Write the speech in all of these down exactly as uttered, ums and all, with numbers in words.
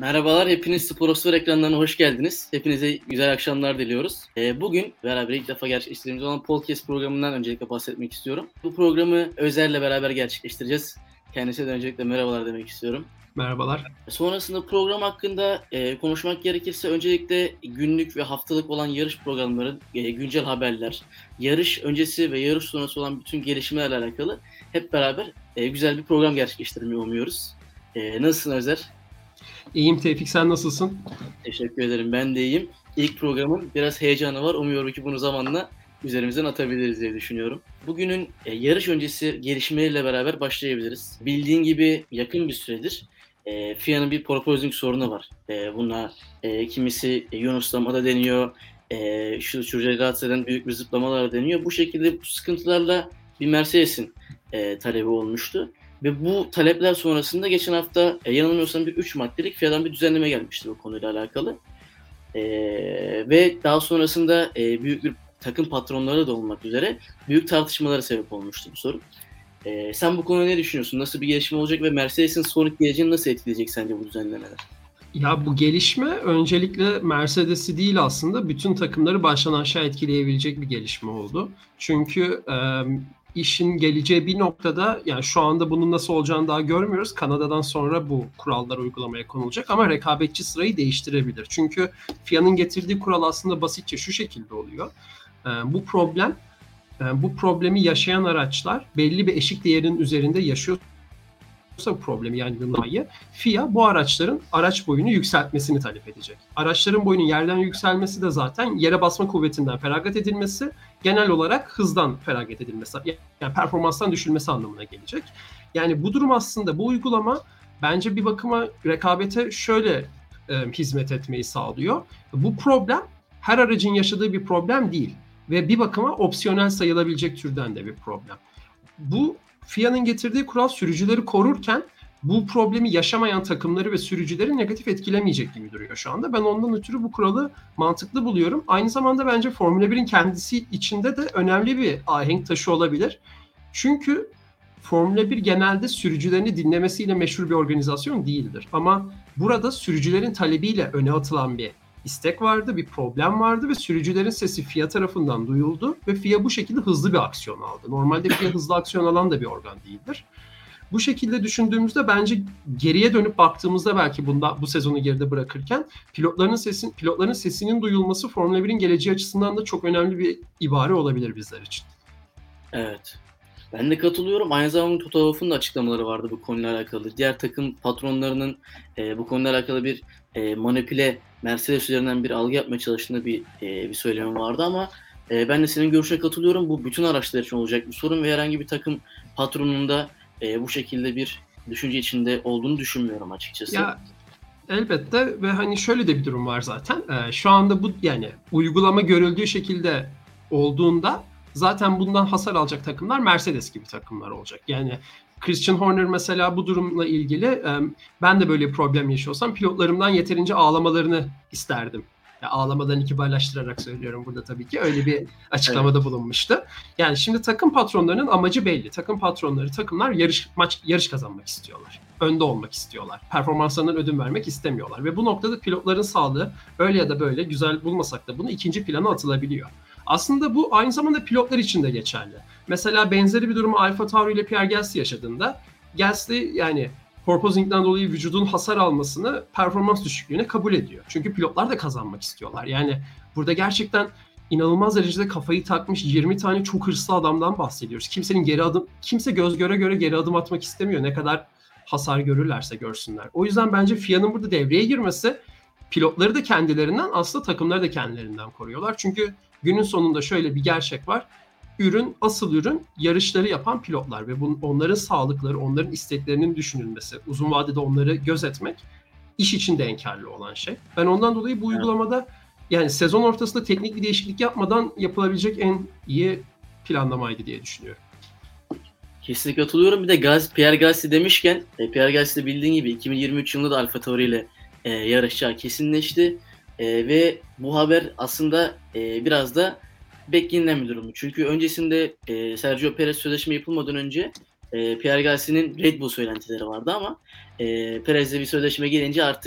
Merhabalar, hepiniz Sporosfer ekranlarına hoş geldiniz. Hepinize güzel akşamlar diliyoruz. Ee, bugün beraber ilk defa gerçekleştirdiğimiz olan podcast programından öncelikle bahsetmek istiyorum. Bu programı Özer'le beraber gerçekleştireceğiz. Kendisine de öncelikle merhabalar demek istiyorum. Merhabalar. Sonrasında program hakkında e, konuşmak gerekirse öncelikle günlük ve haftalık olan yarış programları, e, güncel haberler, yarış öncesi ve yarış sonrası olan bütün gelişmelerle alakalı hep beraber e, güzel bir program gerçekleştirmeyi umuyoruz. E, nasılsın Özer? İyiyim Tevfik, sen nasılsın? Teşekkür ederim. Ben de iyiyim. İlk programın biraz heyecanı var. Umuyorum ki bunu zamanla üzerimizden atabiliriz diye düşünüyorum. Bugünün e, yarış öncesi gelişmeleriyle beraber başlayabiliriz. Bildiğin gibi yakın bir süredir e, F I A'nın bir proposing sorunu var. E, buna e, kimisi e, Yunuslama da deniyor. E, şu sürücüleri rahatsız eden büyük bir zıplamalar deniyor. Bu şekilde bu sıkıntılarla bir Mercedes'in e, talebi olmuştu. Ve bu talepler sonrasında geçen hafta e, yanılmıyorsam bir üç maddelik F I A'dan bir düzenleme gelmişti bu konuyla alakalı. E, ve daha sonrasında e, büyük bir takım patronları da olmak üzere büyük tartışmalara sebep olmuştu bu sorun. E, sen bu konuda ne düşünüyorsun? Nasıl bir gelişme olacak ve Mercedes'in sonraki geleceğini nasıl etkileyecek sence bu düzenlemeler? Ya bu gelişme öncelikle Mercedes'i değil aslında bütün takımları baştan aşağı etkileyebilecek bir gelişme oldu. Çünkü e, işin geleceği bir noktada, yani şu anda bunun nasıl olacağını daha görmüyoruz. Kanada'dan sonra bu kurallar uygulamaya konulacak ama rekabetçi sırayı değiştirebilir. Çünkü F I A'nın getirdiği kural aslında basitçe şu şekilde oluyor. E, bu problem, e, bu problemi yaşayan araçlar belli bir eşik değerinin üzerinde yaşıyor problemi, yani Hyundai'ye, F I A bu araçların araç boyunu yükseltmesini talep edecek. Araçların boyunun yerden yükselmesi de zaten yere basma kuvvetinden feragat edilmesi, genel olarak hızdan feragat edilmesi, yani performanstan düşülmesi anlamına gelecek. Yani bu durum aslında, bu uygulama bence bir bakıma rekabete şöyle e, hizmet etmeyi sağlıyor. Bu problem her aracın yaşadığı bir problem değil ve bir bakıma opsiyonel sayılabilecek türden de bir problem. Bu F I A'nın getirdiği kural sürücüleri korurken bu problemi yaşamayan takımları ve sürücüleri negatif etkilemeyecek gibi duruyor şu anda. Ben ondan ötürü bu kuralı mantıklı buluyorum. Aynı zamanda bence Formula birin kendisi içinde de önemli bir ahenk taşı olabilir. Çünkü Formula bir genelde sürücülerini dinlemesiyle meşhur bir organizasyon değildir. Ama burada sürücülerin talebiyle öne atılan bir istek vardı, bir problem vardı ve sürücülerin sesi F I A tarafından duyuldu ve F I A bu şekilde hızlı bir aksiyon aldı. Normalde F I A hızlı aksiyon alan da bir organ değildir. Bu şekilde düşündüğümüzde bence geriye dönüp baktığımızda, belki bunda, bu sezonu geride bırakırken pilotların sesin pilotların sesinin duyulması Formula birin geleceği açısından da çok önemli bir ibare olabilir bizler için. Evet. Ben de katılıyorum. Aynı zamanda Toto Wolff'un da açıklamaları vardı bu konuyla alakalı. Diğer takım patronlarının e, bu konuyla alakalı bir e, manipüle, Mercedes üzerinden bir algı yapmaya çalıştığında bir e, bir söylemi vardı ama e, ben de senin görüşüne katılıyorum. Bu bütün araçlar için olacak bir sorun ve herhangi bir takım patronunda e, bu şekilde bir düşünce içinde olduğunu düşünmüyorum açıkçası. Ya elbette, ve hani şöyle de bir durum var zaten. Ee, şu anda bu, yani uygulama görüldüğü şekilde olduğunda zaten bundan hasar alacak takımlar Mercedes gibi takımlar olacak. Yani Christian Horner mesela bu durumla ilgili, ben de böyle bir problem yaşıyorsam pilotlarımdan yeterince ağlamalarını isterdim. Ya, ağlamadan kibarlaştırarak söylüyorum burada tabii ki. Öyle bir açıklamada evet. bulunmuştu. Yani şimdi takım patronlarının amacı belli. Takım patronları, takımlar yarış maç yarış kazanmak istiyorlar. Önde olmak istiyorlar. Performanslarından ödün vermek istemiyorlar. Ve bu noktada pilotların sağlığı öyle ya da böyle, güzel bulmasak da bunu, ikinci plana atılabiliyor. Aslında bu aynı zamanda pilotlar için de geçerli. Mesela benzeri bir durumu Alfa Tauri ile Pierre Gasly yaşadığında, Gasly yani porpoising'den dolayı vücudun hasar almasını performans düşüklüğüne kabul ediyor. Çünkü pilotlar da kazanmak istiyorlar. Yani burada gerçekten inanılmaz derecede kafayı takmış yirmi tane çok hırslı adamdan bahsediyoruz. Kimsenin geri adım, kimse göz göre göre geri adım atmak istemiyor. Ne kadar hasar görürlerse görsünler. O yüzden bence F I A'nın burada devreye girmesi, pilotları da kendilerinden, aslında takımları da kendilerinden koruyorlar. Çünkü günün sonunda şöyle bir gerçek var. Ürün, asıl ürün yarışları yapan pilotlar ve bunun, onların sağlıkları, onların isteklerinin düşünülmesi, uzun vadede onları gözetmek iş içinde enkarlı olan şey. Ben ondan dolayı bu uygulamada, yani sezon ortasında teknik bir değişiklik yapmadan yapılabilecek en iyi planlamaydı diye düşünüyorum. Kesinlikle katılıyorum. Bir de Gaz, Pierre Gasly demişken, e, Pierre Gasly bildiğin gibi iki bin yirmi üç yılında da Alfa Tauri ile e, yarışacağı kesinleşti. E, ve bu haber aslında e, biraz da beklenilen bir durum. Çünkü öncesinde e, Sergio Perez sözleşme yapılmadan önce e, Pierre Gasly'nin Red Bull söylentileri vardı ama e, Perez'le bir sözleşme gelince artık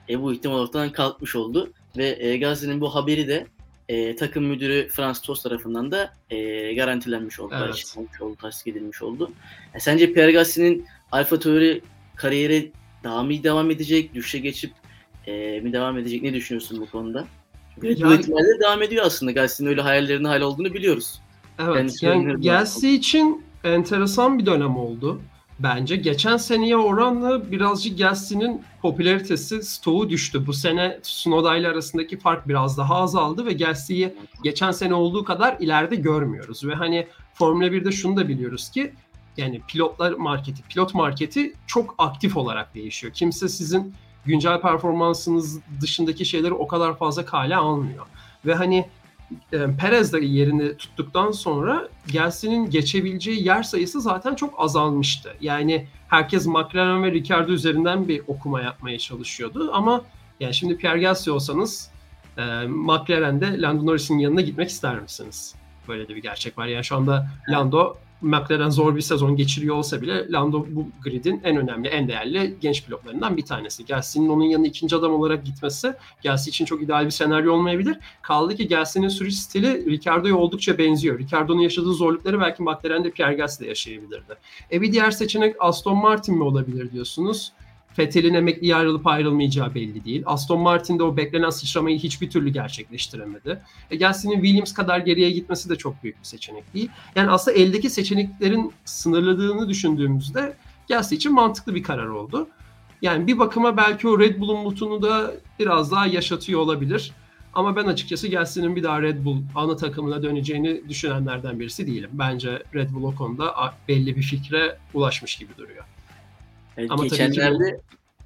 e, bu ihtimal ortadan kalkmış oldu. Ve e, Gasly'nin bu haberi de e, takım müdürü Franz Tost tarafından da e, garantilenmiş oldu, Evet. açıklanmış oldu, tasdik edilmiş oldu. E, sence Pierre Gasly'nin AlphaTauri kariyeri daha mı devam edecek, düşüşe geçip e, mi devam edecek? Ne düşünüyorsun bu konuda? Red Bull Yani- ihtimalle devam ediyor aslında. Gasly'nin öyle hayallerinin hal olduğunu biliyoruz. Evet, Kendisi yani ünlü bir Gasly için enteresan bir dönem oldu. Bence geçen seneye oranla birazcık Gasly'nin popülaritesi, stoğu düştü. Bu sene Tsunoda ile arasındaki fark biraz daha azaldı ve Gasly'yi geçen sene olduğu kadar ileride görmüyoruz. Ve hani Formula birde şunu da biliyoruz ki yani pilotlar marketi, pilot marketi çok aktif olarak değişiyor. Kimse sizin güncel performansınız dışındaki şeyleri o kadar fazla kale almıyor. Ve hani Perez de yerini tuttuktan sonra Gasly'nin geçebileceği yer sayısı zaten çok azalmıştı. Yani herkes McLaren ve Ricciardo üzerinden bir okuma yapmaya çalışıyordu ama yani şimdi Pierre Gasly olsanız e, McLaren'de Lando Norris'in yanına gitmek ister misiniz? Böyle de bir gerçek var. Yani şu anda Lando McLaren zor bir sezon geçiriyor olsa bile Lando bu gridin en önemli, en değerli genç pilotlarından bir tanesi. Gasly'nin onun yanına ikinci adam olarak gitmesi Gasly için çok ideal bir senaryo olmayabilir. Kaldı ki Gasly'nin sürüş stili Ricciardo'ya oldukça benziyor. Ricciardo'nun yaşadığı zorlukları belki McLaren'de Pierre Gasly de yaşayabilirdi. E bir diğer seçenek Aston Martin mi olabilir diyorsunuz? Vettel'in emekliye ayrılıp ayrılmayacağı belli değil. Aston Martin'de o beklenen sıçramayı hiçbir türlü gerçekleştiremedi. E Gasly'nin Williams kadar geriye gitmesi de çok büyük bir seçenek değil. Yani aslında eldeki seçeneklerin sınırladığını düşündüğümüzde Gasly için mantıklı bir karar oldu. Yani bir bakıma belki o Red Bull'un mutunu da biraz daha yaşatıyor olabilir. Ama ben açıkçası Gasly'nin bir daha Red Bull ana takımına döneceğini düşünenlerden birisi değilim. Bence Red Bull o konuda belli bir fikre ulaşmış gibi duruyor. Evet, ama geçenlerde tabii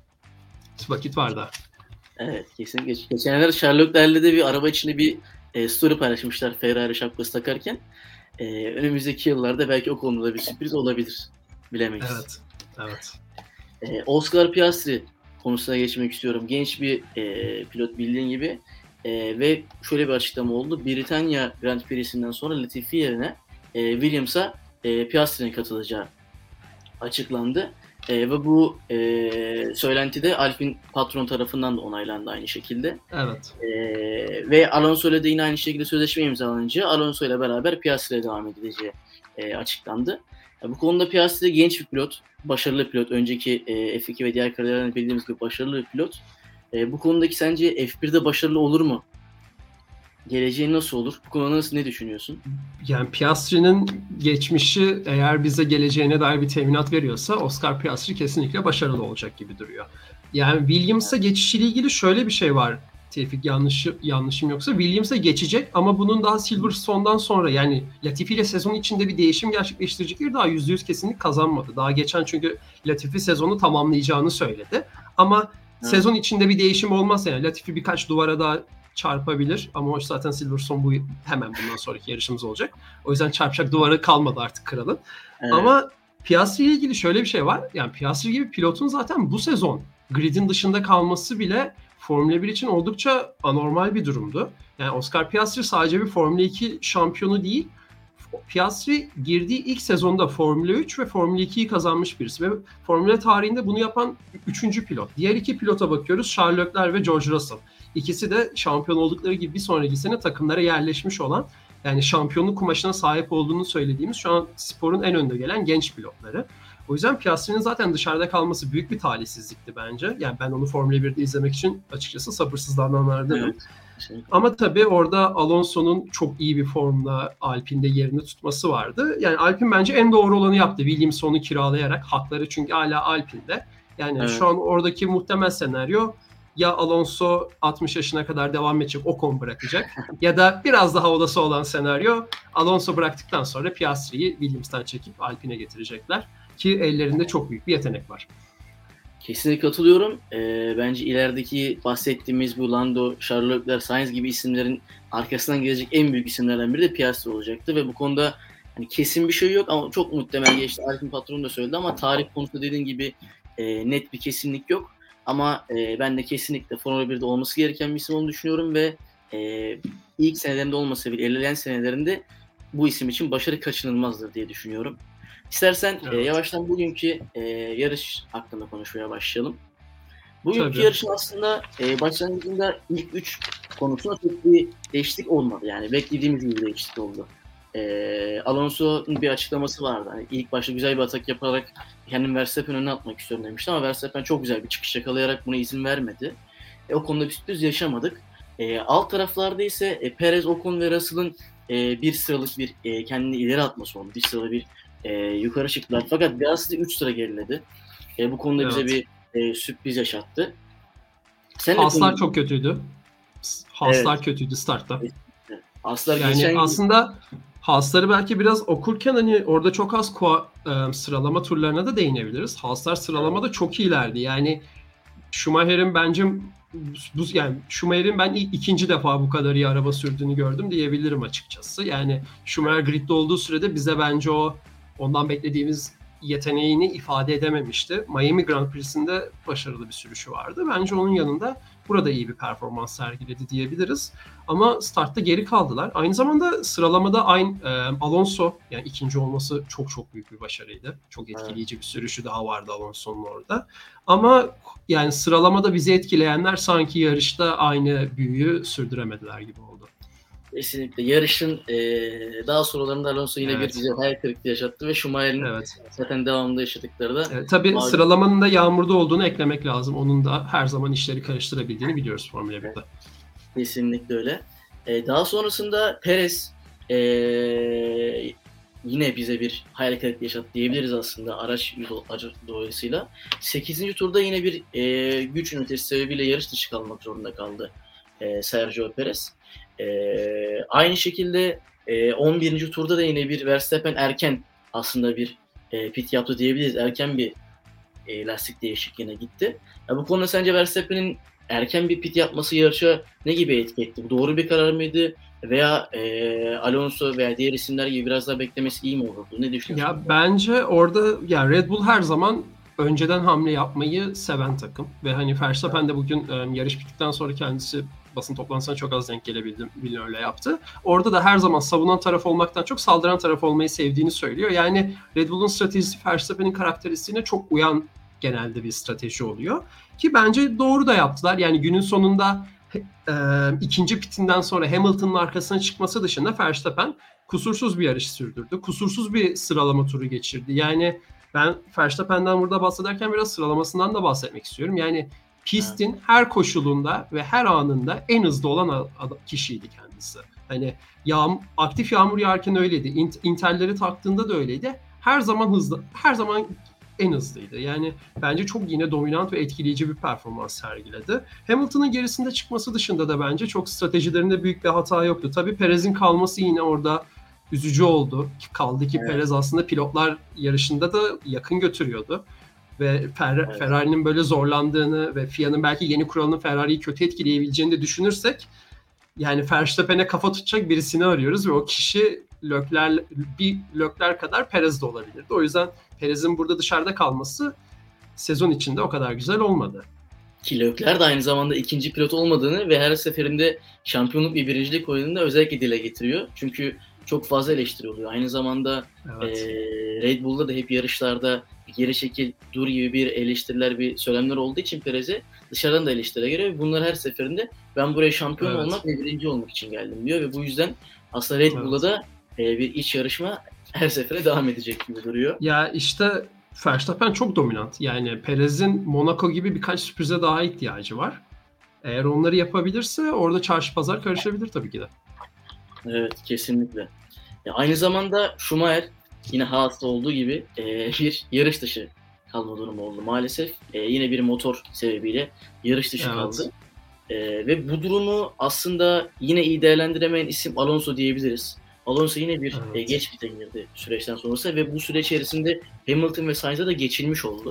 ki vakit var da. Evet, kesinlikle. Geçenlerde Sherlock Leclerc'le de bir araba içinde bir e, story paylaşmışlar Ferrari şapkası takarken. E, önümüzdeki yıllarda belki o konuda bir sürpriz olabilir. Bilemeyiz. Evet, evet. E, Oscar Piastri konusuna geçmek istiyorum. Genç bir e, pilot bildiğin gibi. E, ve şöyle bir açıklama oldu. Britanya Grand Prix'sinden sonra Latifi yerine e, Williams'a e, Piastri'nin katılacağı açıklandı. E, ve bu e, söylenti de Alpine patron tarafından da onaylandı aynı şekilde. Evet. E, ve Alonso ile de yine aynı şekilde sözleşme imzalanınca Alonso ile beraber Piastri'ye devam edileceği e, açıklandı. E, bu konuda Piastri genç bir pilot, başarılı pilot. Önceki e, F iki ve diğer kariyerlerden bildiğimiz gibi başarılı bir pilot. E, bu konudaki sence F birde başarılı olur mu? Geleceği nasıl olur? Bu konuda nasıl, ne düşünüyorsun? Yani Piastri'nin geçmişi eğer bize geleceğine dair bir teminat veriyorsa Oscar Piastri kesinlikle başarılı olacak gibi duruyor. Yani Williams'a geçişiyle ilgili şöyle bir şey var. Tevfik yanlış, yanlışım yoksa Williams'a geçecek ama bunun daha Silverstone'dan sonra yani Latifi ile sezon içinde bir değişim gerçekleştirecekleri daha yüzde yüz kesinlik kazanmadı. Daha geçen çünkü Latifi sezonu tamamlayacağını söyledi. Ama evet, sezon içinde bir değişim olmazsa yani Latifi birkaç duvara daha çarpabilir ama o zaten Silverstone bu hemen bundan sonraki yarışımız olacak. O yüzden çarpacak duvarı kalmadı artık kralın. Evet. Ama Piastri ile ilgili şöyle bir şey var. Yani Piastri gibi pilotun zaten bu sezon gridin dışında kalması bile Formula bir için oldukça anormal bir durumdu. Yani Oscar Piastri sadece bir Formula iki şampiyonu değil. Piastri girdiği ilk sezonda Formula üç ve Formula ikiyi kazanmış birisi ve Formula tarihinde bunu yapan üçüncü pilot. Diğer iki pilota bakıyoruz. Charles Leclerc ve George Russell. İkisi de şampiyon oldukları gibi bir sonraki sene takımlara yerleşmiş olan, yani şampiyonluk kumaşına sahip olduğunu söylediğimiz şu an sporun en önde gelen genç pilotları. O yüzden Piastri'nin zaten dışarıda kalması büyük bir talihsizlikti bence. Yani ben onu Formula birde izlemek için açıkçası sabırsızlananlardanım. Evet. Ama tabii orada Alonso'nun çok iyi bir formla Alpine'de yerini tutması vardı. Yani Alpine bence en doğru olanı yaptı. Williams onu kiralayarak, hakları çünkü hala Alpine'de. Yani evet, şu an oradaki muhtemel senaryo ya Alonso altmış yaşına kadar devam edecek, Ocon bırakacak ya da biraz daha olası olan senaryo Alonso bıraktıktan sonra Piastri'yi Williams'tan çekip Alpine'e getirecekler ki ellerinde çok büyük bir yetenek var. Kesinlikle katılıyorum. Ee, bence ilerideki bahsettiğimiz bu Lando, Charles Leclerc, Sainz gibi isimlerin arkasından gelecek en büyük isimlerden biri de Piastri olacaktı ve bu konuda hani kesin bir şey yok ama çok muhtemel geçti. Alpine patronu da söyledi ama tarih konusunda dediğin gibi e, net bir kesinlik yok. Ama e, ben de kesinlikle Formula birde olması gereken bir isim olduğunu düşünüyorum ve e, ilk senelerinde olmasa bile ilerleyen senelerinde bu isim için başarı kaçınılmazdır diye düşünüyorum. İstersen evet, e, yavaştan bugünkü e, yarış hakkında konuşmaya başlayalım. Bugünkü Tabii. yarışın aslında e, başlangıcında ilk üç konusunda çok bir değişiklik olmadı. Yani beklediğimiz gibi bir değişiklik oldu. E, Alonso'nun bir açıklaması vardı. Hani ilk başta güzel bir atak yaparak kendim Verstappen'in önüne atmak istiyorum demişti ama Verstappen çok güzel bir çıkış yakalayarak buna izin vermedi. E, o konuda bir sürpriz yaşamadık. E, alt taraflarda ise e, Perez, Ocon ve Russell'ın e, bir sıralık bir e, kendini ileri atması oldu. Bir sıralı bir e, yukarı çıktılar. Fakat Gasly üç sıra geriledi. E, bu konuda bize Evet. bir e, sürpriz yaşattı. Sen ne Haaslar konu- çok kötüydü. Haaslar Evet. kötüydü startta. Aslar Yani geçen yıl aslında Haas'ları belki biraz okurken hani orada çok az kua- e, sıralama turlarına da değinebiliriz. Haas'lar sıralamada çok iyilerdi. Yani Schumacher'in bence bu yani Schumacher'in ben ilk, ikinci defa bu kadar iyi araba sürdüğünü gördüm diyebilirim açıkçası. Yani Schumacher gridde olduğu sürede bize bence o ondan beklediğimiz yeteneğini ifade edememişti. Miami Grand Prix'sinde başarılı bir sürüşü vardı. Bence onun yanında burada iyi bir performans sergiledi diyebiliriz. Ama startta geri kaldılar. Aynı zamanda sıralamada aynı e, Alonso yani ikinci olması çok çok büyük bir başarıydı. Çok etkileyici bir sürüşü daha vardı Alonso'nun orada. Ama yani sıralamada bizi etkileyenler sanki yarışta aynı büyüyü sürdüremediler gibi oldu. kesinlikle yarışın e, daha sonralarında Alonso yine Evet. bir bize hayal kırıklığı yaşattı ve Schumacher'in Evet. zaten devamında yaşadıkları da Evet, tabii malum. sıralamanın da yağmurda olduğunu eklemek lazım. Onun da her zaman işleri karıştırabildiğini biliyoruz Formula birde. Kesinlikle öyle. E, daha sonrasında Perez e, yine bize bir hayal kırıklığı yaşattı diyebiliriz aslında araç dolayısıyla. sekizinci turda yine bir e, güç ünitesi sebebiyle yarış dışı kalmak zorunda kaldı e, Sergio Perez. E, aynı şekilde e, on birinci turda da yine bir Verstappen erken aslında bir e, pit yaptı diyebiliriz. Erken bir e, lastik değişikliğine gitti. Ya bu konuda sence Verstappen'in erken bir pit yapması yarışa ne gibi etki etti? Bu doğru bir karar mıydı? Veya e, Alonso veya diğer isimler gibi biraz daha beklemesi iyi mi olurdu? Ne düşünüyorsun? Ya bence orada ya Red Bull her zaman önceden hamle yapmayı seven takım ve hani Verstappen de bugün e, yarış bittikten sonra kendisi basın toplantısına çok az denk gelebildim. Bilin öyle yaptı. Orada da her zaman savunan taraf olmaktan çok saldıran taraf olmayı sevdiğini söylüyor. Yani Red Bull'un stratejisi Verstappen'in karakteristiğine çok uyan genelde bir strateji oluyor. Ki bence doğru da yaptılar. Yani günün sonunda e, ikinci pitinden sonra Hamilton'ın arkasına çıkması dışında Verstappen kusursuz bir yarış sürdürdü. Kusursuz bir sıralama turu geçirdi. Yani ben Verstappen'den burada bahsederken biraz sıralamasından da bahsetmek istiyorum. Yani pistin her koşulunda ve her anında en hızlı olan kişiydi kendisi. Hani yağm aktif yağmur yağarken öyleydi. İnt- Interleri taktığında da öyleydi. Her zaman hızlı, her zaman en hızlıydı. Yani bence çok yine dominant ve etkileyici bir performans sergiledi. Hamilton'ın gerisinde çıkması dışında da bence çok stratejilerinde büyük bir hata yoktu. Tabii Perez'in kalması yine orada üzücü oldu. Kaldı ki evet. Perez aslında pilotlar yarışında da yakın götürüyordu. Ve Fer- evet. Ferrari'nin böyle zorlandığını ve F I A'nın belki yeni kuralının Ferrari'yi kötü etkileyebileceğini de düşünürsek yani Verstappen'e kafa tutacak birisini arıyoruz ve o kişi Leclerc, bir Leclerc kadar Perez de olabilirdi. O yüzden Perez'in burada dışarıda kalması sezon içinde o kadar güzel olmadı. Ki Leclerc de aynı zamanda ikinci pilot olmadığını ve her seferinde şampiyonluk bir birincilik oyununda özellikle dile getiriyor. Çünkü çok fazla eleştiri oluyor. Aynı zamanda evet. e, Red Bull'da da hep yarışlarda geri çekil, dur gibi bir eleştiriler, bir söylemler olduğu için Perez'e dışarıdan da eleştiriler geliyor. Bunlar her seferinde ben buraya şampiyon evet. olmak ve birinci olmak için geldim diyor ve bu yüzden aslında Red Bull'da evet. da e, bir iç yarışma her sefere devam edecek gibi duruyor. Ya işte Verstappen çok dominant. Yani Perez'in Monaco gibi birkaç sürprize daha ihtiyacı var. Eğer onları yapabilirse orada çarşı pazar karışabilir tabii ki de. Evet, kesinlikle. Ya aynı zamanda Schumacher yine Haas'ta olduğu gibi e, bir yarış dışı kalma durumu oldu. Maalesef e, yine bir motor sebebiyle yarış dışı evet. kaldı. E, ve bu durumu aslında yine iyi değerlendiremeyen isim Alonso diyebiliriz. Alonso yine bir evet. e, geç pite girdi süreçten sonrası ve bu süreç içerisinde Hamilton ve Sainz'a da geçilmiş oldu.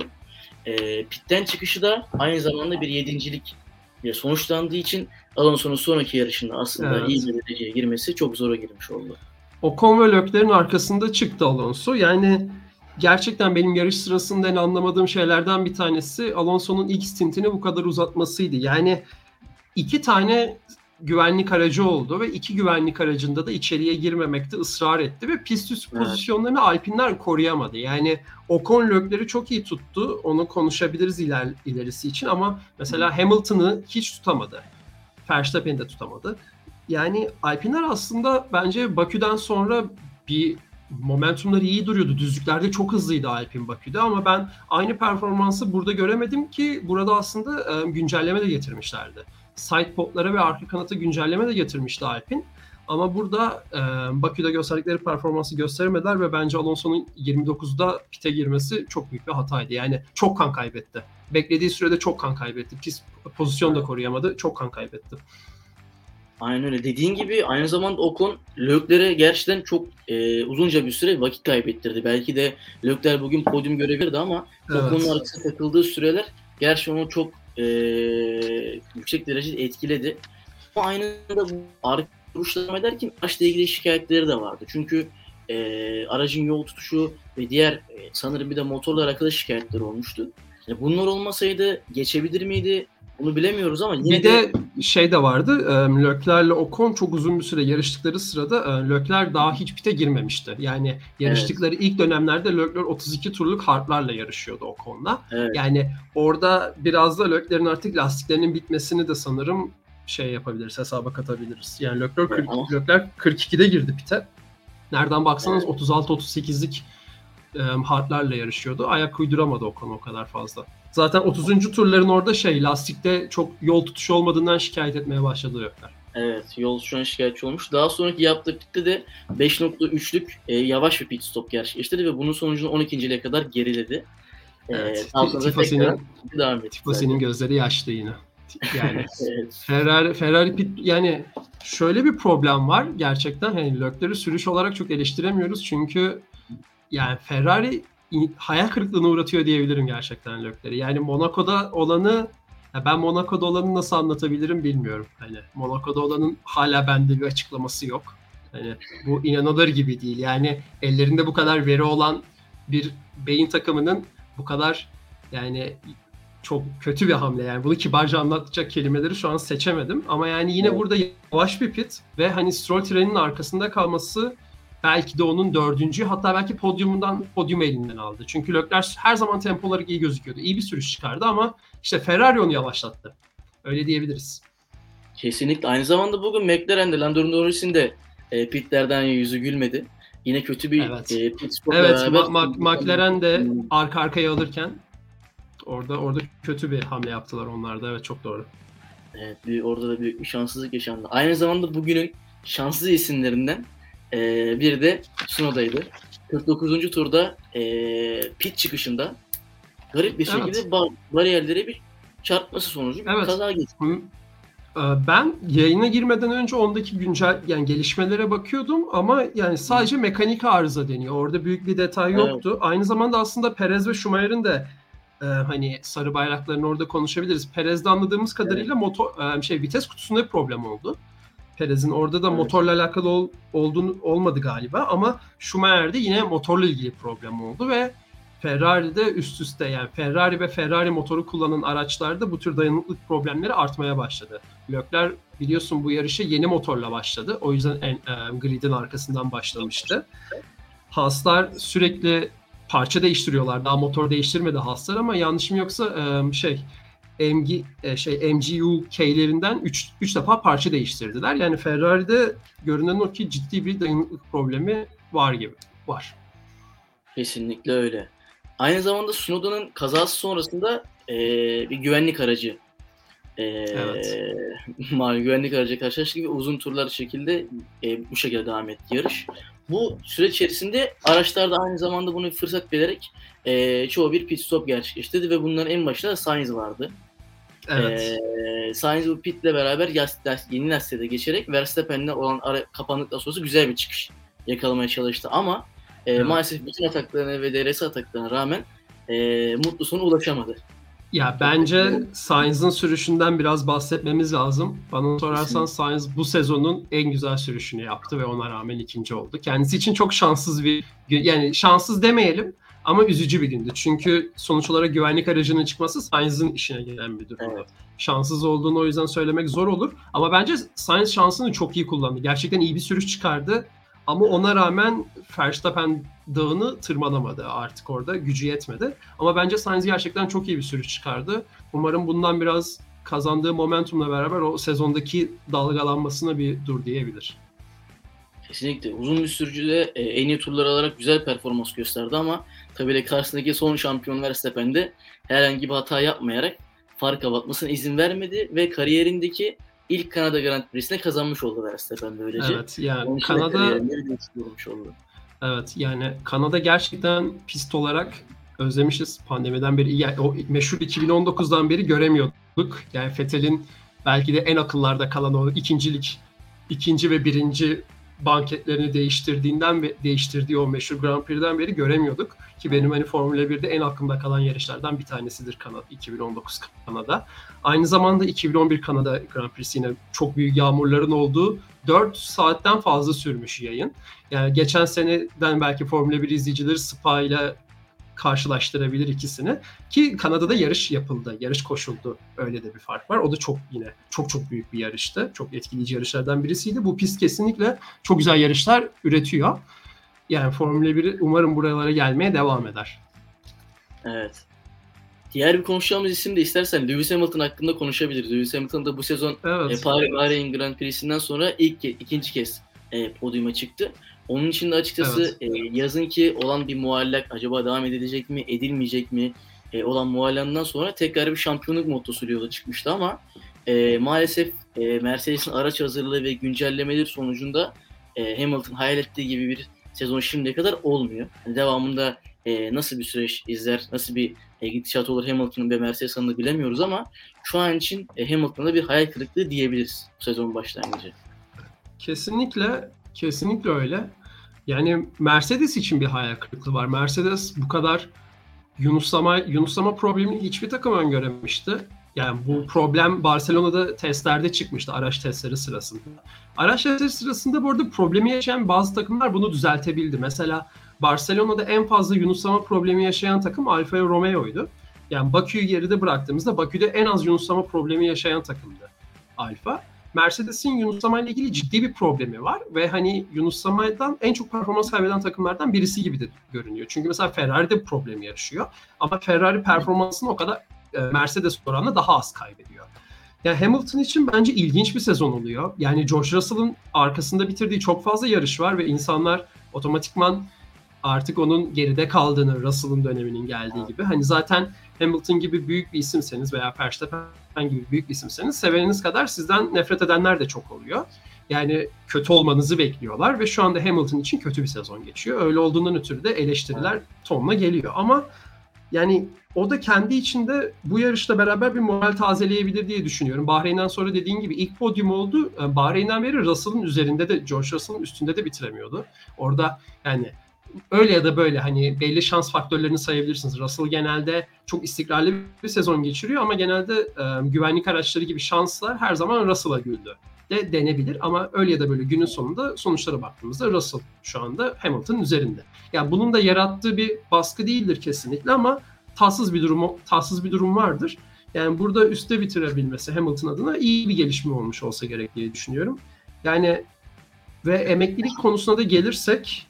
E, pitten çıkışı da aynı zamanda bir yedincilik sonuçlandığı için Alonso'nun sonraki yarışında aslında evet. iyi bir dereceye girmesi çok zora girmiş oldu. Ocon ve Leclerc'in arkasında çıktı Alonso. Yani gerçekten benim yarış sırasında en anlamadığım şeylerden bir tanesi Alonso'nun ilk stintini bu kadar uzatmasıydı. Yani iki tane güvenlik aracı oldu ve iki güvenlik aracında da içeriye girmemekte ısrar etti ve pist üstü Evet. pozisyonlarını Alpinler koruyamadı. Yani Ocon Leclerc'i çok iyi tuttu. Onu konuşabiliriz iler, ilerisi için ama mesela Hamilton'ı hiç tutamadı. Verstappen'i de tutamadı. Yani Alpinler aslında bence Bakü'den sonra bir momentumları iyi duruyordu. Düzlüklerde çok hızlıydı Alpin Bakü'de ama ben aynı performansı burada göremedim ki burada aslında e, güncelleme de getirmişlerdi. Side podlara ve arka kanata güncelleme de getirmişti Alpin. Ama burada e, Bakü'de gösterdikleri performansı gösteremediler ve bence Alonso'nun yirmi dokuzda pite girmesi çok büyük bir hataydı. Yani çok kan kaybetti. Beklediği sürede çok kan kaybetti. Pist pozisyon da koruyamadı. Çok kan kaybetti. Aynen öyle. Dediğin gibi aynı zamanda Ocon Leclerc'e gerçekten çok e, uzunca bir süre vakit kaybettirdi. Belki de Leclerc bugün podyum görebilirdi ama Evet. Ocon'un arkasına takıldığı süreler gerçekten onu çok e, yüksek derecede etkiledi. Ama aynı zamanda bu arka duruşlarına ederken araçla ilgili şikayetleri de vardı. Çünkü e, aracın yol tutuşu ve diğer e, sanırım bir de motorla alakalı şikayetleri olmuştu. Yani bunlar olmasaydı geçebilir miydi? Bunu bilemiyoruz ama yine bir de, de şey de vardı. E, Leclerc'le Ocon çok uzun bir süre yarıştıkları sırada e, Leclerc daha hiç pite girmemişti. Yani yarıştıkları evet. ilk dönemlerde Leclerc otuz iki turluk hardlarla yarışıyordu Ocon'la. Evet. Yani orada biraz da Leclerc'in artık lastiklerinin bitmesini de sanırım şey yapabiliriz, hesaba katabiliriz. Yani Leclerc, evet, kırk, Leclerc kırk ikide girdi pite. Nereden baksanız evet. otuz altı otuz sekizlik e, hardlarla yarışıyordu. Ayak uyduramadı Ocon o kadar fazla. Zaten otuzuncu turların orada şey lastikte çok yol tutuşu olmadığından şikayet etmeye başladı Leclerc. Evet, yol tutuşundan şikayetçi olmuş. Daha sonraki yaptığı pitte de beş nokta üçlük e, yavaş bir pit stop gerçekleştirdi ve bunun sonucunda on ikinciliğe kadar geriledi. Evet. E, Tifasi'nin, Tifasi'nin gözleri yaşlı yine. Yani evet. Ferrari Ferrari pit yani şöyle bir problem var gerçekten. Hani Leclerc'i sürüş olarak çok eleştiremiyoruz çünkü yani Ferrari hayal kırıklığına uğratıyor diyebilirim gerçekten Leclerc'i. Yani Monaco'da olanı, ben Monaco'da olanı nasıl anlatabilirim bilmiyorum. Hani Monaco'da olanın hala bende bir açıklaması yok. Hani bu inanılır gibi değil. Yani ellerinde bu kadar veri olan bir beyin takımının bu kadar yani çok kötü bir hamle. Yani bunu kibarca anlatacak kelimeleri şu an seçemedim. Ama yani yine evet. burada yavaş bir pit ve hani Stroll trenin arkasında kalması belki de onun dördüncü hatta belki podyumundan podyum elinden aldı. Çünkü Leclerc her zaman tempoları iyi gözüküyordu. İyi bir sürüş çıkardı ama işte Ferrari onu yavaşlattı. Öyle diyebiliriz. Kesinlikle. Aynı zamanda bugün McLaren'de Lando Norris'in de e, pitlerden yüzü gülmedi. Yine kötü bir evet. e, pit stopla evet, beraber. Ma- Ma- McLaren de arka arkaya alırken orada orada kötü bir hamle yaptılar onlar da. Evet, çok doğru. Evet, bir, orada da büyük bir şanssızlık yaşandı. Aynı zamanda bugünün şanssız isimlerinden e, bir de Tsunoda'ydı. kırk dokuzuncu turda e, pit çıkışında garip bir şekilde evet. bar- bariyerlere bir çarpması sonucu bir evet. kaza geçti. Ben yayına girmeden önce ondaki güncel yani gelişmelere bakıyordum ama yani sadece mekanik arıza deniyor. Orada büyük bir detay yoktu. Evet. Aynı zamanda aslında Perez ve Schumacher'in de e, hani sarı bayraklarını orada konuşabiliriz. Perez'de anladığımız kadarıyla evet. motor e, şey vites kutusunda bir problem oldu. Perez'in orada da evet. motorla alakalı ol, olduğunu olmadı galiba ama Schumacher'de yine motorla ilgili problem oldu ve Ferrari'de üst üste yani Ferrari ve Ferrari motoru kullanan araçlarda bu tür dayanıklılık problemleri artmaya başladı. Leclerc biliyorsun bu yarışa yeni motorla başladı. O yüzden en, e, gridin arkasından başlamıştı. Haaslar sürekli parça değiştiriyorlar. Daha motor değiştirmedi Haaslar ama yanlışım yoksa e, şey M G e, şey M G U K'lerinden üç defa parça değiştirdiler. Yani Ferrari'de görünen o ki ciddi bir dayanıklılık problemi var gibi. Var. Kesinlikle öyle. Aynı zamanda Tsunoda'nın kazası sonrasında e, bir güvenlik aracı e, evet. malum güvenlik aracı karşılaştı ve uzun turlar şekilde e, bu şekilde devam etti yarış. Bu süreç içerisinde araçlar da aynı zamanda bunu bir fırsat vererek e, çoğu bir pit stop gerçekleştirdi ve bunların en başında Sainz vardı. Evet. E, Sainz bu pitle beraber yas, yeni lastiğe geçerek Verstappen'le olan ara, kapandıktan sonra güzel bir çıkış yakalamaya çalıştı ama E, evet. maalesef bütün ataklarına ve D R S ataklarına rağmen e, mutlu sona ulaşamadı. Ya bence Sainz'ın sürüşünden biraz bahsetmemiz lazım. Bana sorarsan Sainz bu sezonun en güzel sürüşünü yaptı ve ona rağmen ikinci oldu. Kendisi için çok şanssız bir yani şanssız demeyelim Ama üzücü bir gündü. Çünkü sonuç olarak güvenlik aracının çıkması Sainz'in işine gelen bir durumdu. Evet. Şanssız olduğunu o yüzden söylemek zor olur. Ama bence Sainz şansını çok iyi kullandı. Gerçekten iyi bir sürüş çıkardı. Ama ona rağmen Verstappen dağını tırmanamadı artık orada. Gücü yetmedi. Ama bence Sainz gerçekten çok iyi bir sürüş çıkardı. Umarım bundan biraz kazandığı momentumla beraber o sezondaki dalgalanmasına bir dur diyebilir. Kesinlikle. Uzun bir sürücüde e, en iyi turlar alarak güzel performans gösterdi ama tabii de karşısındaki son şampiyon Verstappen de herhangi bir hata yapmayarak fark kapatmasına izin vermedi ve kariyerindeki ilk Kanada Grand Prix'sine kazanmış oldu Verstappen böylece. Evet, yani Onun Kanada olmuş oldu. Evet, yani Kanada gerçekten pist olarak özlemişiz pandemiden beri. Yani o meşhur iki bin on dokuzdan beri göremiyorduk. Yani Vettel'in belki de en akıllarda kalan o ikincilik, ikinci ve birinci banketlerini değiştirdiğinden ve değiştirdiği o meşhur Grand Prix'den beri göremiyorduk. Ki benim hani Formula birde en aklımda kalan yarışlardan bir tanesidir Kanada, iki bin on dokuz Kanada. Aynı zamanda iki bin on bir Kanada Grand Prix'si yine çok büyük yağmurların olduğu dört saatten fazla sürmüş yayın. Yani geçen seneden belki Formula bir izleyicileri Spa ile karşılaştırabilir ikisini. Ki Kanada'da yarış yapıldı, yarış koşuldu. Öyle de bir fark var. O da çok yine çok çok büyük bir yarıştı. Çok etkileyici yarışlardan birisiydi. Bu pist kesinlikle çok güzel yarışlar üretiyor. Yani Formula bir umarım buralara gelmeye devam eder. Evet. Diğer bir konuşacağımız isim de istersen Lewis Hamilton hakkında konuşabiliriz. Lewis Hamilton da bu sezon evet. e, Paris Bahreyn Grand Prix'sinden sonra ilk ikinci kez e, podyuma çıktı. Onun için de açıkçası evet. e, yazın ki olan bir muallak acaba devam edilecek mi, edilmeyecek mi e, olan muallandan sonra tekrar bir şampiyonluk mottosuyla yola çıkmıştı ama e, maalesef e, Mercedes'in araç hazırlığı ve güncellemeleri sonucunda e, Hamilton hayal ettiği gibi bir sezon şimdiye kadar olmuyor. Yani devamında e, nasıl bir süreç izler, nasıl bir e, gidişat olur Hamilton'ın ve Mercedes'in bilemiyoruz ama şu an için e, Hamilton'da bir hayal kırıklığı diyebiliriz bu sezon başlangıcı. Kesinlikle, kesinlikle öyle. Yani Mercedes için bir hayal kırıklığı var. Mercedes bu kadar yunuslama, yunuslama problemini hiçbir takım öngörememişti. Yani bu problem Barcelona'da testlerde çıkmıştı, araç testleri sırasında. Araç testleri sırasında bu arada problemi yaşayan bazı takımlar bunu düzeltebildi. Mesela Barcelona'da en fazla yunuslama problemi yaşayan takım Alfa Romeo'ydu. Yani Bakü'yü geride bıraktığımızda Bakü'de en az yunuslama problemi yaşayan takımdı Alfa. Mercedes'in yunuslamayla ilgili ciddi bir problemi var ve hani yunuslamadan en çok performans kaybeden takımlardan birisi gibi de görünüyor. Çünkü mesela Ferrari de problemi yaşıyor ama Ferrari performansını o kadar Mercedes oranla daha az kaybediyor. Yani Hamilton için bence ilginç bir sezon oluyor. Yani George Russell'ın arkasında bitirdiği çok fazla yarış var ve insanlar otomatikman artık onun geride kaldığını, Russell'ın döneminin geldiği gibi. Hani zaten Hamilton gibi büyük bir isimseniz veya Verstappen gibi büyük bir isimseniz seveniniz kadar sizden nefret edenler de çok oluyor. Yani kötü olmanızı bekliyorlar ve şu anda Hamilton için kötü bir sezon geçiyor. Öyle olduğundan ötürü de eleştiriler tonla geliyor. Ama yani o da kendi içinde bu yarışla beraber bir moral tazeleyebilir diye düşünüyorum. Bahreyn'den sonra dediğin gibi ilk podyum oldu. Bahreyn'den beri Russell'ın üzerinde de, George Russell'ın üstünde de bitiremiyordu. Orada yani öyle ya da böyle hani belli şans faktörlerini sayabilirsiniz. Russell genelde çok istikrarlı bir sezon geçiriyor ama genelde e, güvenlik araçları gibi şanslar her zaman Russell'a güldü de denebilir ama öyle ya da böyle günün sonunda sonuçlara baktığımızda Russell şu anda Hamilton'ın üzerinde. Yani bunun da yarattığı bir baskı değildir kesinlikle ama tatsız bir durum tatsız bir durum vardır. Yani burada üstte bitirebilmesi Hamilton adına iyi bir gelişme olmuş olsa gerek diye düşünüyorum. Yani ve emeklilik konusuna da gelirsek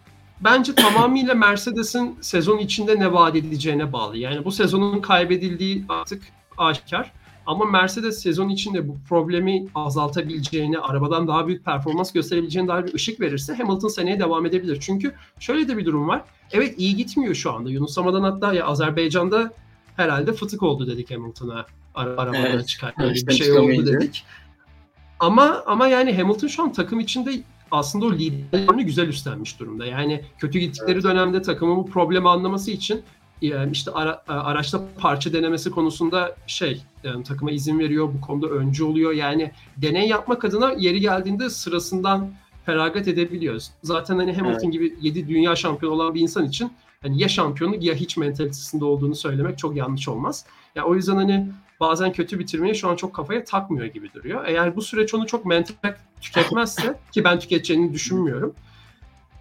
bence tamamıyla Mercedes'in sezon içinde ne vaat edileceğine bağlı. Yani bu sezonun kaybedildiği artık aşikar. Ama Mercedes sezon içinde bu problemi azaltabileceğini, arabadan daha büyük performans gösterebileceğine dair bir ışık verirse Hamilton seneye devam edebilir. Çünkü şöyle de bir durum var. Evet iyi gitmiyor şu anda. Yunuslamadan hatta ya Azerbaycan'da herhalde fıtık oldu dedik Hamilton'a. Arabadan evet, çıkarken bir şey oldu dedik. Ama ama yani Hamilton şu an takım içinde aslında o liderliğini güzel üstlenmiş durumda. Yani kötü gittikleri evet. dönemde takımın bu problemi anlaması için işte ara, araçta parça denemesi konusunda şey yani takıma izin veriyor, bu konuda öncü oluyor. Yani deney yapmak adına yeri geldiğinde sırasından feragat edebiliyoruz. Zaten hani Hamilton evet. gibi yedi dünya şampiyonu olan bir insan için hani ya şampiyonluk ya hiç mentalitesinde olduğunu söylemek çok yanlış olmaz. Yani o yüzden hani bazen kötü bitirmeyi şu an çok kafaya takmıyor gibi duruyor. Eğer bu süreç onu çok mental tüketmezse ki ben tüketeceğini düşünmüyorum.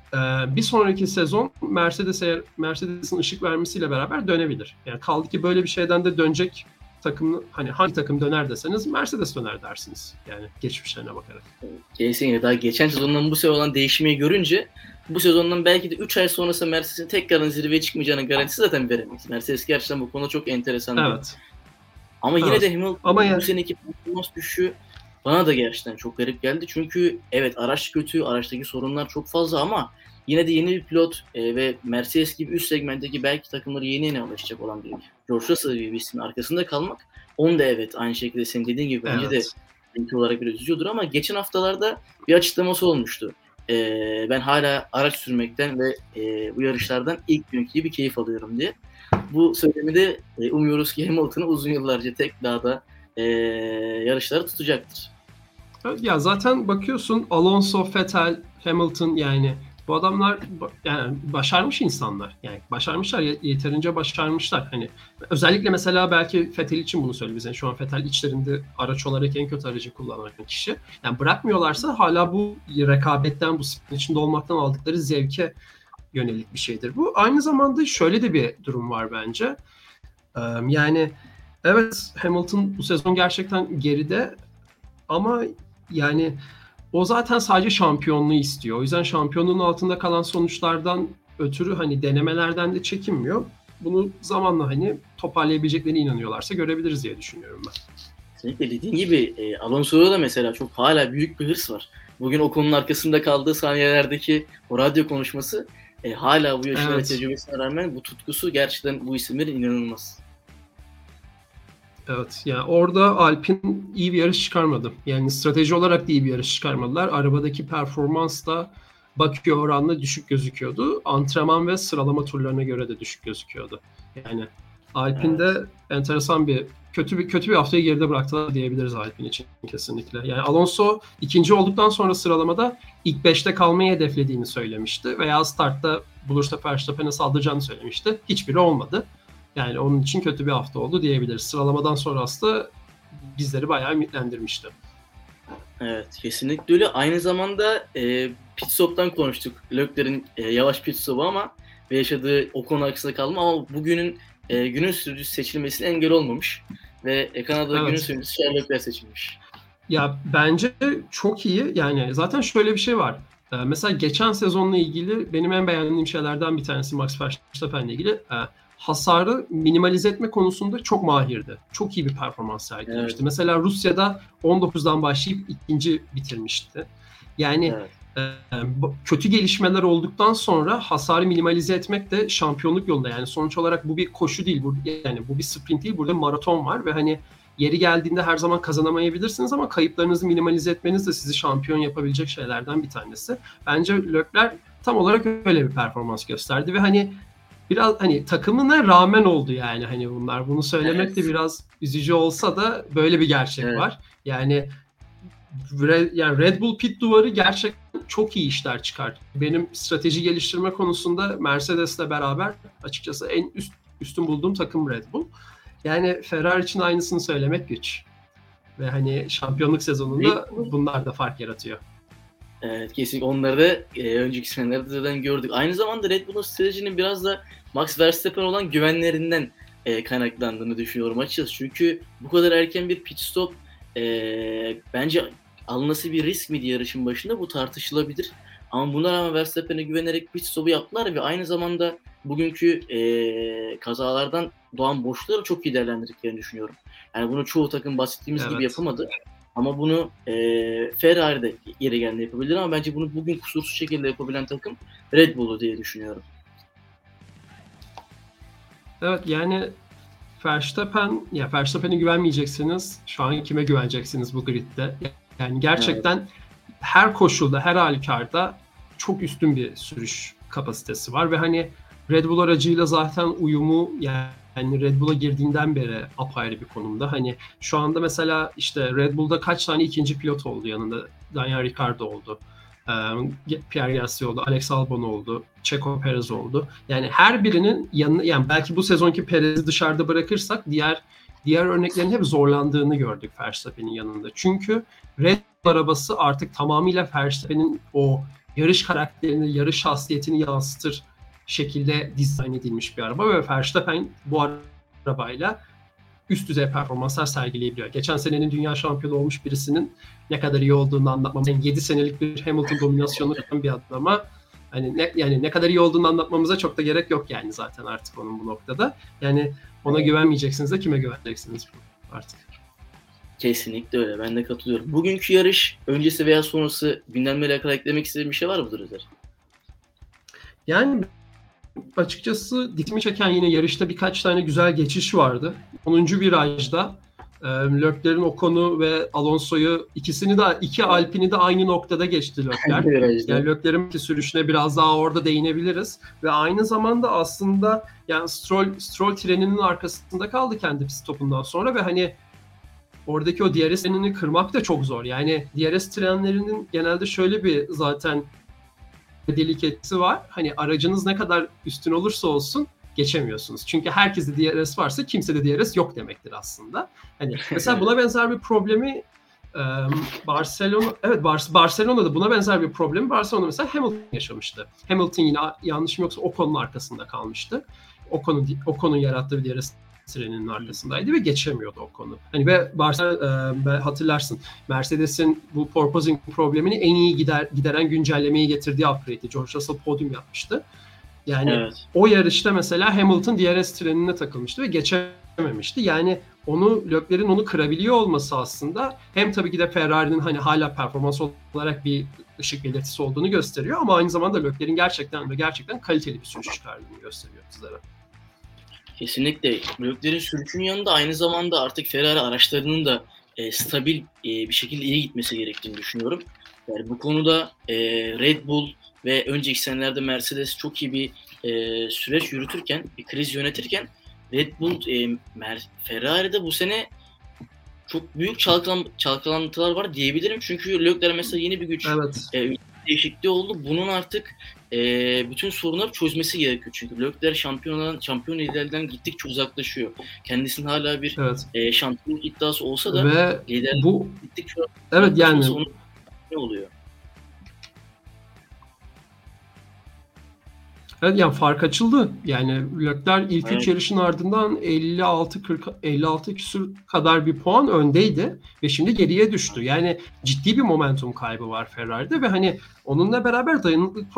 Ee, bir sonraki sezon Mercedes'e Mercedes'in ışık vermesiyle beraber dönebilir. Yani kaldı ki böyle bir şeyden de dönecek takım, hani hangi takım döner deseniz Mercedes döner dersiniz. Yani geçmişlerine bakarak. Kesinlikle daha geçen sezondan bu sezon olan değişmeyi görünce bu sezondan belki de üç ay sonrası Mercedes'in tekrardan zirveye çıkmayacağının garantisi zaten veremeyiz. Mercedes gerçekten bu konuda çok enteresan. Evet. Ama yine evet. de Hamilton Ama bu yani... seneki performans düşüşü bana da gerçekten çok garip geldi. Çünkü evet araç kötü, araçtaki sorunlar çok fazla ama yine de yeni bir pilot e, ve Mercedes gibi üst segmentteki belki takımları yeni yeni alışacak olan bir George Russell gibi bir ismin arkasında kalmak, onu da evet aynı şekilde senin dediğin gibi bence evet. de ülke olarak biraz üzüyordur ama geçen haftalarda bir açıklaması olmuştu. E, ben hala araç sürmekten ve e, bu yarışlardan ilk günkü gibi keyif alıyorum diye. Bu söylemi de e, umuyoruz ki Hamilton'ı uzun yıllarca tek dağda e, yarışları tutacaktır. Ya zaten bakıyorsun Alonso, Vettel, Hamilton, yani bu adamlar yani başarmış insanlar. Yani başarmışlar, yeterince başarmışlar. Hani özellikle mesela belki Vettel için bunu söyleyeyim. Yani şu an Vettel içlerinde araç olarak en kötü aracı kullanan kişi. Yani bırakmıyorlarsa hala bu rekabetten, bu sprint içinde olmaktan aldıkları zevke yönelik bir şeydir bu. Aynı zamanda şöyle de bir durum var bence. Yani evet, Hamilton bu sezon gerçekten geride ama yani o zaten sadece şampiyonluğu istiyor. O yüzden şampiyonluğun altında kalan sonuçlardan ötürü hani denemelerden de çekinmiyor. Bunu zamanla hani toparlayabileceklerine inanıyorlarsa görebiliriz diye düşünüyorum ben. Kesinlikle dediğin gibi e, Alonso'da da mesela çok hala büyük bir hırs var. Bugün o konunun arkasında kaldığı saniyelerdeki o radyo konuşması e, hala bu yaşına Evet. ve tecrübesine rağmen bu tutkusu gerçekten bu isimlerin inanılmaz. Evet, yani orada Alpine iyi bir yarış çıkarmadı. Yani strateji olarak da iyi bir yarış çıkarmadılar. Arabadaki performans da Bakü oranla düşük gözüküyordu. Antrenman ve sıralama turlarına göre de düşük gözüküyordu. Yani Alpine'de evet. enteresan bir kötü bir kötü bir haftayı geride bıraktılar diyebiliriz Alpine için kesinlikle. Yani Alonso ikinci olduktan sonra sıralamada ilk beşte kalmayı hedeflediğini söylemişti veya startta bulursa Verstappen'e saldıracağını söylemişti. Hiçbiri olmadı. Yani onun için kötü bir hafta oldu diyebiliriz. Sıralamadan sonra aslında bizleri bayağı ümitlendirmişti. Evet, kesinlikle öyle. Aynı zamanda e, pit stop'tan konuştuk. Leclerc'in e, yavaş pit stop'u ama ve yaşadığı o konu arkasında kalma ama bugünün e, günün sürücüsü seçilmesine engel olmamış ve e, Kanada'da evet. Günün sürücüsü Charles Leclerc seçilmiş. Ya bence çok iyi. Yani zaten şöyle bir şey var. Ee, mesela geçen sezonla ilgili benim en beğendiğim şeylerden bir tanesi Max Verstappen'le ilgili. Ee, hasarı minimalize etme konusunda çok mahirdi. Çok iyi bir performans sergilemişti. Evet. Mesela Rusya'da on dokuzdan başlayıp ikinci bitirmişti. Yani evet. e, kötü gelişmeler olduktan sonra hasarı minimalize etmek de şampiyonluk yolunda. Yani sonuç olarak bu bir koşu değil. Bu, yani bu bir sprint değil. Burada maraton var ve hani yeri geldiğinde her zaman kazanamayabilirsiniz ama kayıplarınızı minimalize etmeniz de sizi şampiyon yapabilecek şeylerden bir tanesi. Bence Leclerc tam olarak öyle bir performans gösterdi ve hani biraz hani takımına rağmen oldu yani hani bunlar. Bunu söylemek evet. de biraz üzücü olsa da böyle bir gerçek evet. var. Yani Red, yani Red Bull pit duvarı gerçekten çok iyi işler çıkarttı. Benim strateji geliştirme konusunda Mercedes'le beraber açıkçası en üst, üstün bulduğum takım Red Bull. Yani Ferrari için aynısını söylemek güç. Ve hani şampiyonluk sezonunda bunlar da fark yaratıyor. Evet, kesinlikle onları da e, önceki senelerde zaten gördük. Aynı zamanda Red Bull'un stratejinin biraz da Max Verstappen olan güvenlerinden e, kaynaklandığını düşünüyorum açıkçası. Çünkü bu kadar erken bir pit stop e, bence alınası bir risk miydi yarışın başında, bu tartışılabilir. Ama buna rağmen Verstappen'e güvenerek pit stop'u yaptılar ve aynı zamanda bugünkü e, kazalardan doğan boşlukları çok iyi değerlendirdiklerini düşünüyorum. Yani bunu çoğu takım bahsettiğimiz evet. gibi yapamadı. Ama bunu e, Ferrari'de yeri geldiğinde yapabilir ama bence bunu bugün kusursuz şekilde yapabilen takım Red Bull'u diye düşünüyorum. Evet, yani Verstappen, ya Verstappen'e güvenmeyeceksiniz. Şu an kime güveneceksiniz bu gridde? Yani gerçekten evet. her koşulda, her halükarda çok üstün bir sürüş kapasitesi var ve hani Red Bull aracıyla zaten uyumu, yani Red Bull'a girdiğinden beri apayrı bir konumda. Hani şu anda mesela işte Red Bull'da kaç tane ikinci pilot oldu yanında? Daniel Ricciardo oldu. Pierre Gasly oldu, Alex Albon oldu, Checo Perez oldu. Yani her birinin yanına, yani belki bu sezonki Perez'i dışarıda bırakırsak diğer diğer örneklerin hep zorlandığını gördük Verstappen'in yanında. Çünkü Red Bull arabası artık tamamıyla Verstappen'in o yarış karakterini, yarış şahsiyetini yansıtır şekilde dizayn edilmiş bir araba ve Verstappen bu arabayla üst düzey performanslar sergileyebiliyor. Geçen senenin dünya şampiyonu olmuş birisinin ne kadar iyi olduğunu anlatmamız, yani yedi senelik bir Hamilton dominasyonu yapan bir adama hani ne, yani ne kadar iyi olduğunu anlatmamıza çok da gerek yok yani zaten artık onun bu noktada. Yani ona güvenmeyeceksiniz de kime güveneceksiniz artık? Kesinlikle öyle. Ben de katılıyorum. Bugünkü yarış öncesi veya sonrası gündemle alakalı eklemek istediğim bir şey var mıdır Özer? Yani açıkçası dikkatimi çeken yine yarışta birkaç tane güzel geçiş vardı. onuncu virajda e, Leclerc'in Ocon'u ve Alonso'yu ikisini de iki Alpine'i de aynı noktada geçti Leclerc. Yani Leclerc'in sürüşüne biraz daha orada değinebiliriz ve aynı zamanda aslında yani Stroll, Stroll treninin arkasında kaldı kendi pit stopundan sonra ve hani oradaki o D R S trenini kırmak da çok zor. Yani D R S trenlerinin genelde şöyle bir zaten delikatesi var. Hani aracınız ne kadar üstün olursa olsun geçemiyorsunuz. Çünkü herkeste D R S varsa kimsede D R S yok demektir aslında. Hani mesela buna benzer bir problemi e, Barcelona evet Bar- Barcelona'da buna benzer bir problemi Barcelona mesela Hamilton yaşamıştı. Hamilton yine yanlışım yoksa Ocon'un arkasında kalmıştı. Ocon'un Ocon'un yarattığı bir D R S treninin arkasındaydı ve geçemiyordu o konu. Hani ve Barcelona e, hatırlarsın Mercedes'in bu porpoising problemini en iyi gider gideren güncellemeyi getirdiği upgrade'di. George Russell podium yapmıştı. Yani evet. O yarışta mesela Hamilton D R S trenine takılmıştı ve geçememişti. Yani onu Leclerc'in onu kırabiliyor olması aslında hem tabii ki de Ferrari'nin hani hala performans olarak bir ışık belirtisi olduğunu gösteriyor ama aynı zamanda Leclerc'in gerçekten ve gerçekten kaliteli bir sürüş çıkardığını gösteriyor bizlere. Kesinlikle. Leclerc'in sürüşünün yanında aynı zamanda artık Ferrari araçlarının da e, stabil e, bir şekilde iyi gitmesi gerektiğini düşünüyorum. Yani bu konuda e, Red Bull ve önceki senelerde Mercedes çok iyi bir e, süreç yürütürken, bir kriz yönetirken Red Bull, e, Mer- Ferrari'de bu sene çok büyük çalkalan, çalkalantılar var diyebilirim. Çünkü Leclerc mesela yeni bir güç evet. e, değişikliği oldu. Bunun artık e, bütün sorunları çözmesi gerekiyor. Çünkü Leclerc şampiyondan, şampiyon liderden gittikçe uzaklaşıyor. Kendisinin hala bir evet. e, şampiyonluk iddiası olsa da ve lider bu gittikçe evet yani onun ne oluyor? Evet yani fark açıldı. Yani Leclerc ilk evet. üç yarışın ardından elli altı kırk elli altı küsur kadar bir puan öndeydi ve şimdi geriye düştü. Yani ciddi bir momentum kaybı var Ferrari'de ve hani onunla beraber dayanıklılık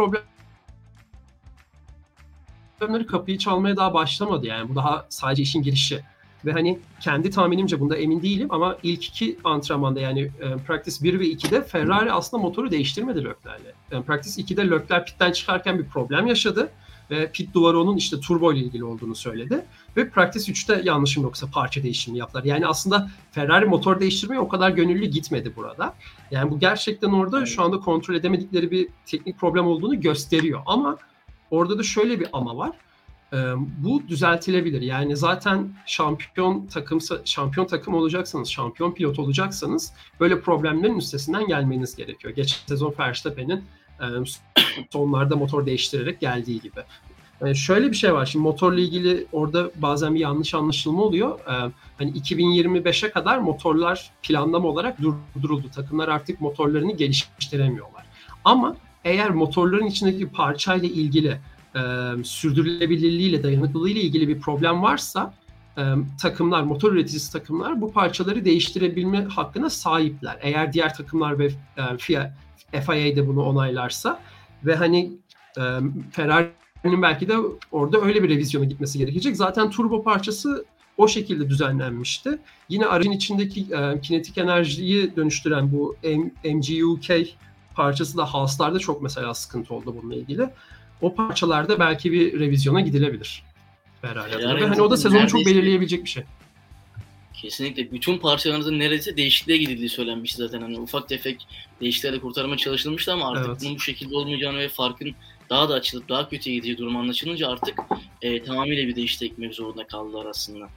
problemleri kapıyı çalmaya daha başlamadı. Yani bu daha sadece işin girişi. Ve hani kendi tahminimce bunda emin değilim ama ilk iki antrenmanda yani e, Practice bir ve ikide Ferrari aslında motoru değiştirmedi Leclerc'le. Yani Practice ikide Leclerc pitten çıkarken bir problem yaşadı ve pit duvarı onun işte turbo ile ilgili olduğunu söyledi. Ve Practice üçte yanlışım yoksa parça değişimi yaptılar. Yani aslında Ferrari motor değiştirmeye o kadar gönüllü gitmedi burada. Yani bu gerçekten orada şu anda kontrol edemedikleri bir teknik problem olduğunu gösteriyor. Ama orada da şöyle bir ama var. Ee, bu düzeltilebilir. Yani zaten şampiyon takım şampiyon takım olacaksanız, şampiyon pilot olacaksanız böyle problemlerin üstesinden gelmeniz gerekiyor. Geçen sezon Verstappen'in e, sonlarda motor değiştirerek geldiği gibi. Yani şöyle bir şey var. Şimdi motorla ilgili orada bazen bir yanlış anlaşılma oluyor. Ee, hani iki bin yirmi beşe kadar motorlar planlama olarak durduruldu. Takımlar artık motorlarını geliştiremiyorlar. Ama eğer motorların içindeki parçayla ilgili E, sürdürülebilirliğiyle, dayanıklılığıyla ilgili bir problem varsa e, takımlar, motor üreticisi takımlar bu parçaları değiştirebilme hakkına sahipler. Eğer diğer takımlar ve e, F I A, F I A'de bunu onaylarsa ve hani e, Ferrari'nin belki de orada öyle bir revizyona gitmesi gerekecek. Zaten turbo parçası o şekilde düzenlenmişti. Yine aracın içindeki e, kinetik enerjiyi dönüştüren bu M G U K parçası da Haas'larda çok mesela sıkıntı oldu bununla ilgili. O parçalarda belki bir revizyona gidilebilir. Ferrari. Ve hani o da sezonu çok belirleyebilecek bir şey. Kesinlikle. Bütün parçalarınızın neredeyse değişikliğe gidildiği söylenmişti zaten. Hani ufak tefek değişikliklerle kurtarmaya çalışılmıştı ama artık evet. bunun bu şekilde olmayacağını ve farkın daha da açılıp daha kötüye gideceği durum anlaşılınca artık e, tamamıyla bir değişiklik etmek zorunda kaldılar aslında.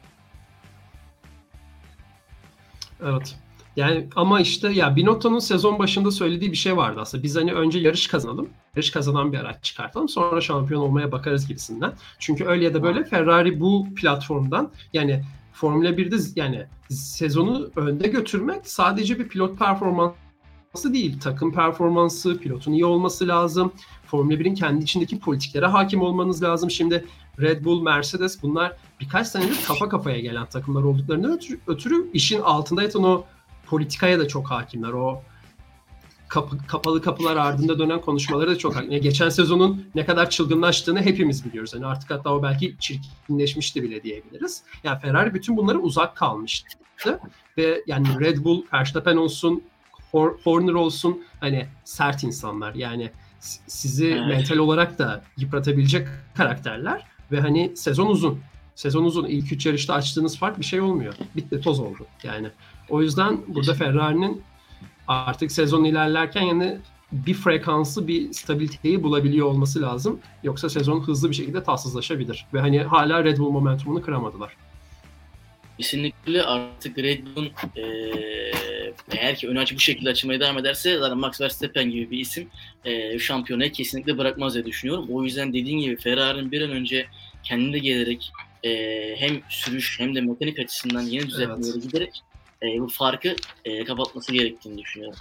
Evet. Yani ama işte ya Binotto'nun sezon başında söylediği bir şey vardı aslında. Biz hani önce yarış kazanalım. Yarış kazanan bir araç çıkartalım. Sonra şampiyon olmaya bakarız gibisinden. Çünkü öyle ya da böyle Ferrari bu platformdan yani Formula birde yani sezonu önde götürmek sadece bir pilot performansı değil. Takım performansı, pilotun iyi olması lazım. Formula birin kendi içindeki politiklere hakim olmanız lazım. Şimdi Red Bull, Mercedes bunlar birkaç senedir kafa kafaya gelen takımlar olduklarını ötürü, ötürü işin altında yatan o politikaya da çok hakimler. O kapı, kapalı kapılar ardında dönen konuşmaları da çok hakimler. Geçen sezonun ne kadar çılgınlaştığını hepimiz biliyoruz. Yani artık hatta o belki çirkinleşmişti bile diyebiliriz. Yani Ferrari bütün bunlara uzak kalmıştı. Ve yani Red Bull, Verstappen olsun, Horner olsun hani sert insanlar. Yani sizi evet. mental olarak da yıpratabilecek karakterler ve hani sezon uzun. Sezon uzun. İlk üç yarışta açtığınız fark bir şey olmuyor. Bitti, toz oldu yani. O yüzden burada Ferrari'nin artık sezon ilerlerken yani bir frekansı, bir stabiliteyi bulabiliyor olması lazım. Yoksa sezon hızlı bir şekilde tatsızlaşabilir. Ve hani hala Red Bull momentumunu kıramadılar. Kesinlikle artık Red Bull'un e, eğer ki önü açık bu şekilde açılmaya devam ederse zaten Max Verstappen gibi bir isim e, şampiyonayı kesinlikle bırakmaz diye düşünüyorum. O yüzden dediğin gibi Ferrari'nin bir an önce kendine gelerek e, hem sürüş hem de mekanik açısından yeni düzeltmelere evet. giderek e, bu farkı e, kapatması gerektiğini düşünüyorum.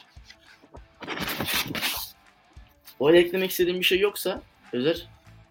O arada eklemek istediğim bir şey yoksa Özer?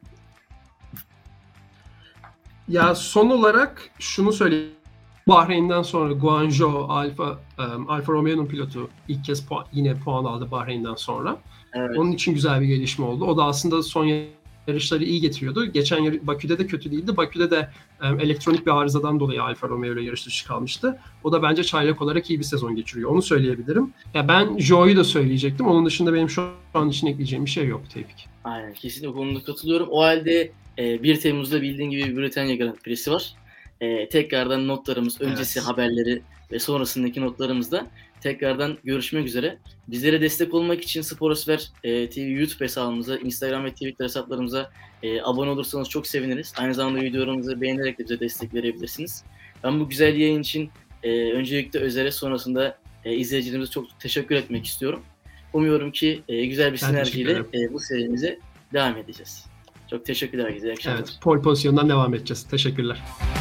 Ya son olarak şunu söyleyeyim. Bahreyn'den sonra Guangzhou Alfa um, Alfa Romeo'nun pilotu ilk kez puan, yine puan aldı Bahreyn'den sonra. Evet. Onun için güzel bir gelişme oldu. O da aslında son yarışları iyi getiriyordu. Geçen yarı Bakü'de de kötü değildi. Bakü'de de um, elektronik bir arızadan dolayı Alfa Romeo ile yarış dışı kalmıştı. O da bence çaylak olarak iyi bir sezon geçiriyor. Onu söyleyebilirim. Ya ben Zhou'yu da söyleyecektim. Onun dışında benim şu an için ekleyeceğim bir şey yok Tevfik. Aynen. Kesinlikle konuda katılıyorum. O halde bir Temmuz'da bildiğin gibi Britanya Grand Prix'si var. Ee, tekrardan notlarımız, öncesi evet. haberleri ve sonrasındaki notlarımızda tekrardan görüşmek üzere. Bizlere destek olmak için Sporosfer e, T V YouTube hesabımıza, Instagram ve Twitter hesaplarımıza e, abone olursanız çok seviniriz. Aynı zamanda videolarımızı beğenerek de bize destek verebilirsiniz. Ben bu güzel yayın için e, öncelikle Özer'e sonrasında e, izleyicilerimize çok teşekkür etmek istiyorum. Umuyorum ki e, güzel bir sinerjiyle e, bu serimize devam edeceğiz. Çok teşekkürler herkese. İyi akşamlar. Evet, pole pozisyondan devam edeceğiz. Teşekkürler.